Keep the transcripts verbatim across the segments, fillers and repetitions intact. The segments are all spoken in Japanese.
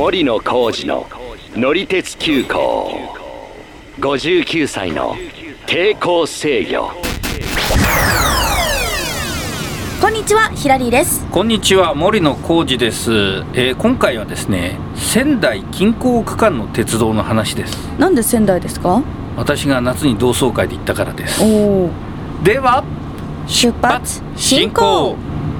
森野浩二の乗り鉄急行。ごじゅうきゅうさいの抵抗制御。 こんにちは、ヒラリーです。 こんにちは、森野浩二です。えー、今回はですね、仙台近郊区間の鉄道の話です。 なんで仙台ですか？ 私が夏に同窓会で行ったからです。 おー。 では出発進行。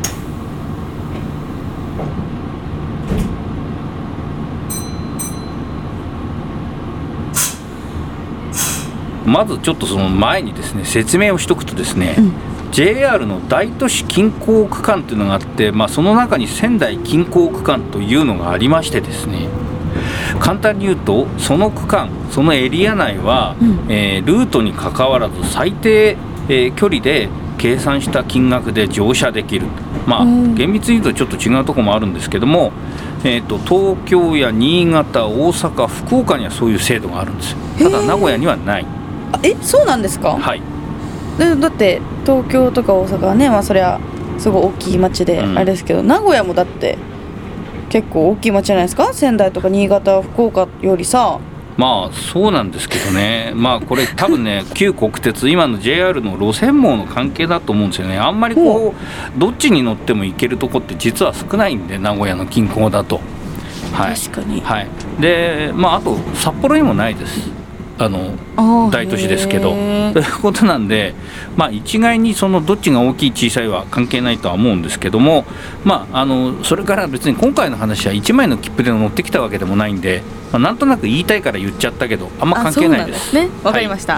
まずちょっとその前にですね、説明をしとくとですね、うん、ジェイアール の大都市近郊区間というのがあって、まあ、その中に仙台近郊区間というのがありましてですね、簡単に言うとその区間、そのエリア内は、うんえー、ルートにかかわらず最低、えー、距離で計算した金額で乗車できる。まあ、うん、厳密に言うとちょっと違うところもあるんですけども、えーと、東京や新潟、大阪、福岡にはそういう制度があるんですよ。ただ名古屋にはない。 え、そうなんですか？ はい。 でだって東京とか大阪はね、まあそりゃすごい大きい町であれですけど、うん、名古屋もだって結構大きい町じゃないですか？仙台とか新潟、福岡よりさ。 まあそうなんですけどね、まあこれ多分ね旧国鉄、今の ジェイアール の路線網の関係だと思うんですよね。あんまりこうどっちに乗っても行けるとこって実は少ないんで、名古屋の近郊だと。はい、 確かに。 はい。でまああと札幌にもないです。あの大都市ですけど、ということなんで、まあ、一概にそのどっちが大きい小さいは関係ないとは思うんですけども、まあ、あのそれから別に今回の話はいちまいの切符で乗ってきたわけでもないんで、まあ、なんとなく言いたいから言っちゃったけどあんま関係ないです。 そうなんですね。わかりました。 はい、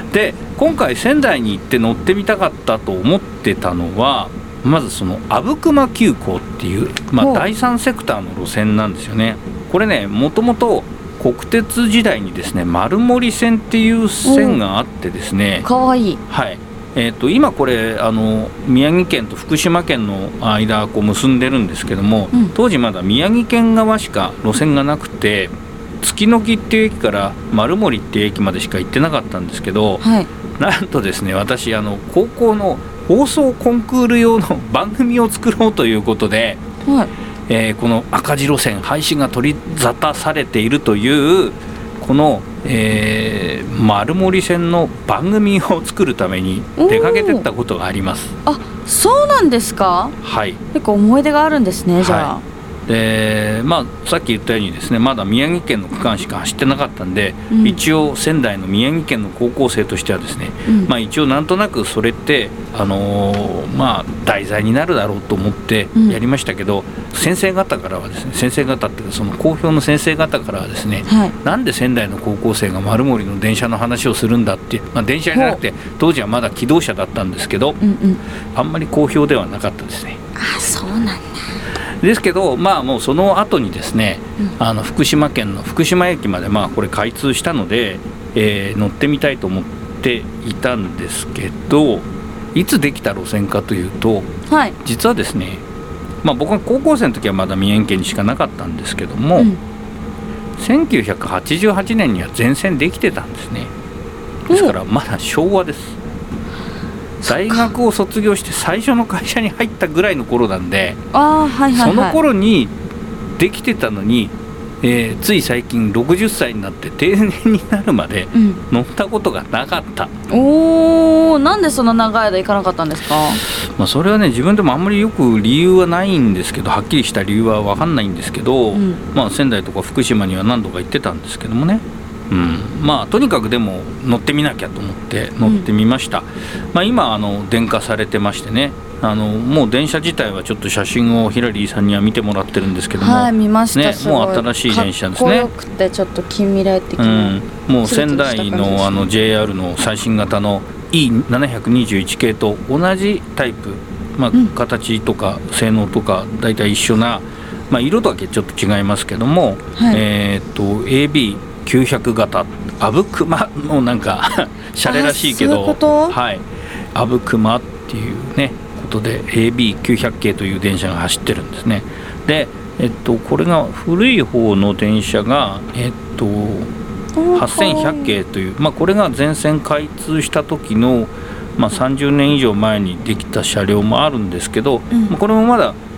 で今回仙台に行って乗ってみたかったと思ってたのは、まずその阿武隈急行っていう、まあ、だいさんセクターの路線なんですよね。これね、もともと国鉄時代にですね、丸森線っていう線があってですね、 かわいい。 はい。えー、と今これあの宮城県と福島県の間こう結んでるんですけども、うん、当時まだ宮城県側しか路線がなくて、月の木っていう駅から丸森っていう駅までしか行ってなかったんですけど、はい、なんとですね、私あの高校の放送コンクール用の番組を作ろうということで、はい、えー、この赤字路線廃止が取り沙汰されているというこの、えー、丸森線の番組を作るために出かけてったことがあります。 あ、そうなんですか？ はい。 結構思い出があるんですね、じゃあ。はい、 でまあ、さっき言ったようにですね、まだ宮城県の区間しか走ってなかったんで、うん、一応仙台の宮城県の高校生としてはですね、うん、まあ、一応なんとなくそれって、あのーまあ、題材になるだろうと思ってやりましたけど、うん、先生方からはですね、先生方っていうかその公表の先生方からはですね、はい、なんで仙台の高校生が丸森の電車の話をするんだって、まあ、電車じゃなくて当時はまだ気動車だったんですけど、うんうん、あんまり好評ではなかったですね。 あ、そうなんだ。 ですけど、まあ、もうその後にですね、うん、あの福島県の福島駅までまあこれ開通したので、えー、乗ってみたいと思っていたんですけど、いつできた路線かというと、はい、実はですね、まあ、僕が高校生の時はまだ宮城県にしかなかったんですけども、うん、せんきゅうひゃくはちじゅうはちねんには全線できてたんですね。ですからまだ昭和です。大学を卒業して最初の会社に入ったぐらいの頃なんで、あ、はいはいはい、その頃にできてたのに、えー、つい最近ろくじゅっさいになって定年になるまで乗ったことがなかった、 うん、おー、なんでそんな長い間行かなかったんですか？ まあ、それはね、自分でもあんまりよく理由はないんですけど、はっきりした理由は分かんないんですけど、うん、まあ、仙台とか福島には何度か行ってたんですけどもね、うん、まあとにかくでも乗ってみなきゃと思って乗ってみました。うん、まあ、今あの電化されてましてね、あのもう電車自体はちょっと写真をヒラリーさんには見てもらってるんですけども、 はい、見ました。 ね、 すごいもう新しい電車ですね。 かっこよくてちょっと近未来的な、うん、 もう仙台 の, あの ジェイアール の最新型の イーななひゃくにじゅういち 系と同じタイプ、まあ、形とか性能とか大体一緒な、まあ、色だけちょっと違いますけども、はい、えー、と エービーきゅうひゃく 型、阿武隈のなんかシャレらしいけど、はい、阿武隈っていうねことで エービーきゅうひゃく 系という電車が走ってるんですね。で、えっと、これが古い方の電車が、えっと、はっせんひゃく系という、まあ、これが全線開通した時の、まあ、さんじゅうねん以上前にできた車両もあるんですけど、うん、これもまだ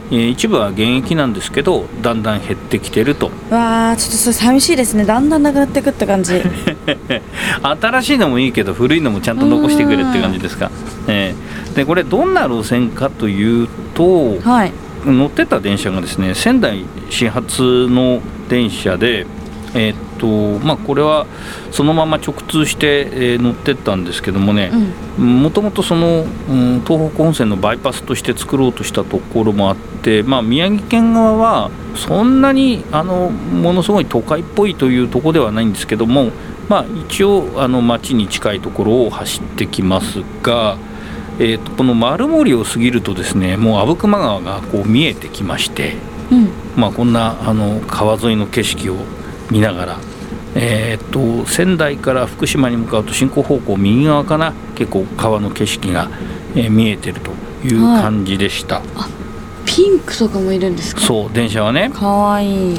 えー、一部は現役なんですけどだんだん減ってきてると。 わー、ちょっとそれ寂しいですね。だんだんなくなっていくって感じ新しいのもいいけど古いのもちゃんと残してくれって感じですか、えー、でこれどんな路線かというと、 はい、 乗ってた電車がですね仙台始発の電車で、えーっとまあ、これはそのまま直通して、えー乗ってったんですけどもね、もともとその、うん、東北本線のバイパスとして作ろうとしたところもあって、まあ、宮城県側はそんなにあのものすごい都会っぽいというところではないんですけども、まあ、一応あの町に近いところを走ってきますが、えー、とこの丸森を過ぎるとですねもう阿武隈川がこう見えてきまして、 うんまあ、こんなあの川沿いの景色を見ながら、えー、と仙台から福島に向かうと進行方向右側かな、結構川の景色が、えー見えてるという感じでした、 はい、あ、ピンクとかもいるんですか。 そう電車はねかわいい、 うん、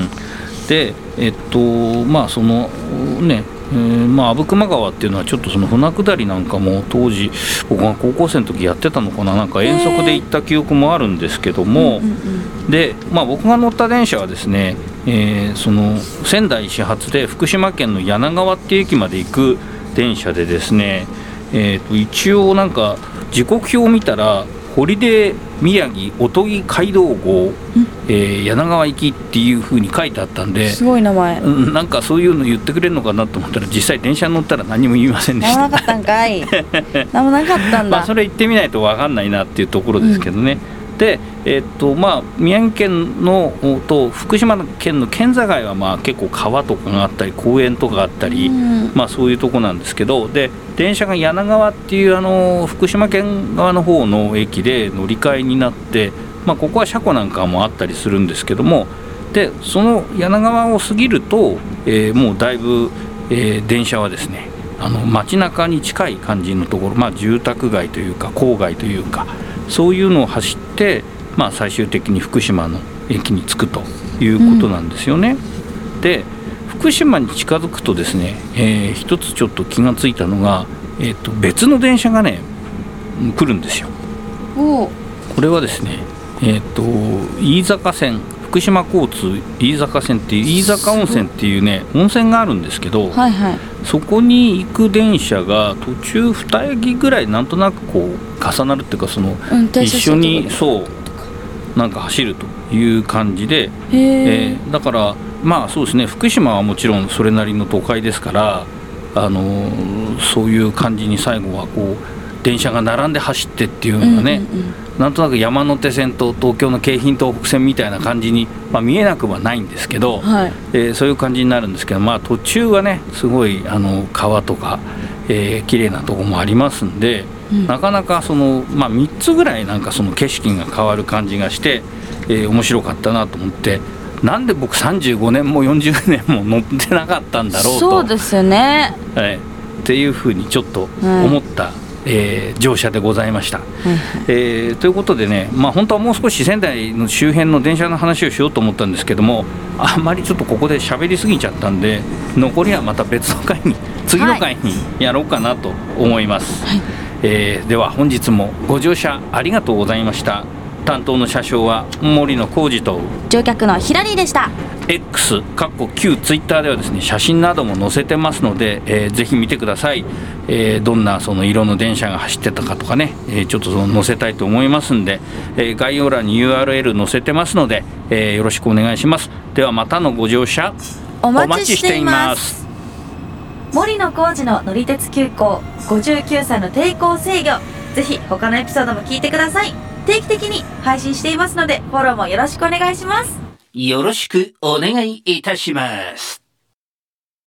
でえっとまあそのねえーまあ、阿武隈川っていうのはちょっとその船下りなんかも当時僕が高校生の時やってたのかな、なんか遠足で行った記憶もあるんですけども、 うんうんうん、 で、まあ、僕が乗った電車はですね、えーその仙台始発で福島県の柳川っていう駅まで行く電車でですね、えーと一応なんか時刻表を見たらホリデー宮城おとぎ街道号、えー、柳川行きっていう風に書いてあったんで、 すごい名前、 うん、なんかそういうの言ってくれるのかなと思ったら実際電車に乗ったら何も言いませんでした。 何もなかったんかい何もなかったんだまあそれ行ってみないと分かんないなっていうところですけどね、うん、で、えーっとまあ、宮城県のと福島県の県境はまあ結構川とかがあったり公園とかがあったり、うん、まあ、そういうとこなんですけど、で電車が柳川っていうあの福島県側の方の駅で乗り換えになって、まあ、ここは車庫なんかもあったりするんですけども、でその柳川を過ぎると、えー、もうだいぶ、えー、電車はですねあの街中に近い感じのところ、まあ、住宅街というか郊外というかそういうのを走って、まあ、最終的に福島の駅に着くということなんですよね、うん、で福島に近づくとですね、えー、一つちょっと気がついたのが、えー、と別の電車がね来るんですよ。 おこれはですね、えー、と飯坂線福島交通飯坂線っていう飯坂温泉っていうね温泉があるんですけど、 はいはい、 そこに行く電車が途中に駅ぐらいなんとなくこう重なるっていうかその一緒にそうなんか走るという感じで、えー、だからまあそうですね福島はもちろんそれなりの都会ですから、あのー、そういう感じに最後はこう電車が並んで走ってっていうのがね、うんうんうん、なんとなく山手線と東京の京浜東北線みたいな感じに、まあ、見えなくはないんですけど、はい、えー、そういう感じになるんですけど、まあ、途中はねすごいあの川とか、えー、綺麗なとこもありますんで、うん、なかなかその、まあ、みっつぐらいなんかその景色が変わる感じがして、えー、面白かったなと思って、なんで僕さんじゅうごねんもよんじゅうねんも乗ってなかったんだろうと、 そうですよね、 はい、っていうふうにちょっと思った、はい、えー、乗車でございました、はい、えー、ということでね、まあ、本当はもう少し仙台の周辺の電車の話をしようと思ったんですけども、あんまりちょっとここで喋りすぎちゃったんで残りはまた別の回に次の回にやろうかなと思います、はい、えー、では本日もご乗車ありがとうございました。担当の車掌は森野浩二と乗客のヒラリーでした。 X かっこ旧ツイッターではですね写真なども載せてますので、えー、ぜひ見てください、えー、どんなその色の電車が走ってたかとかね、えー、ちょっとその載せたいと思いますんで、えー、概要欄に ユーアールエル 載せてますので、えー、よろしくお願いします。ではまたのご乗車お待ちしています。森野浩二の乗り鉄急行、ごじゅうきゅうさいの抵抗制御、ぜひ他のエピソードも聞いてください。定期的に配信していますのでフォローもよろしくお願いします。 よろしくお願いいたします。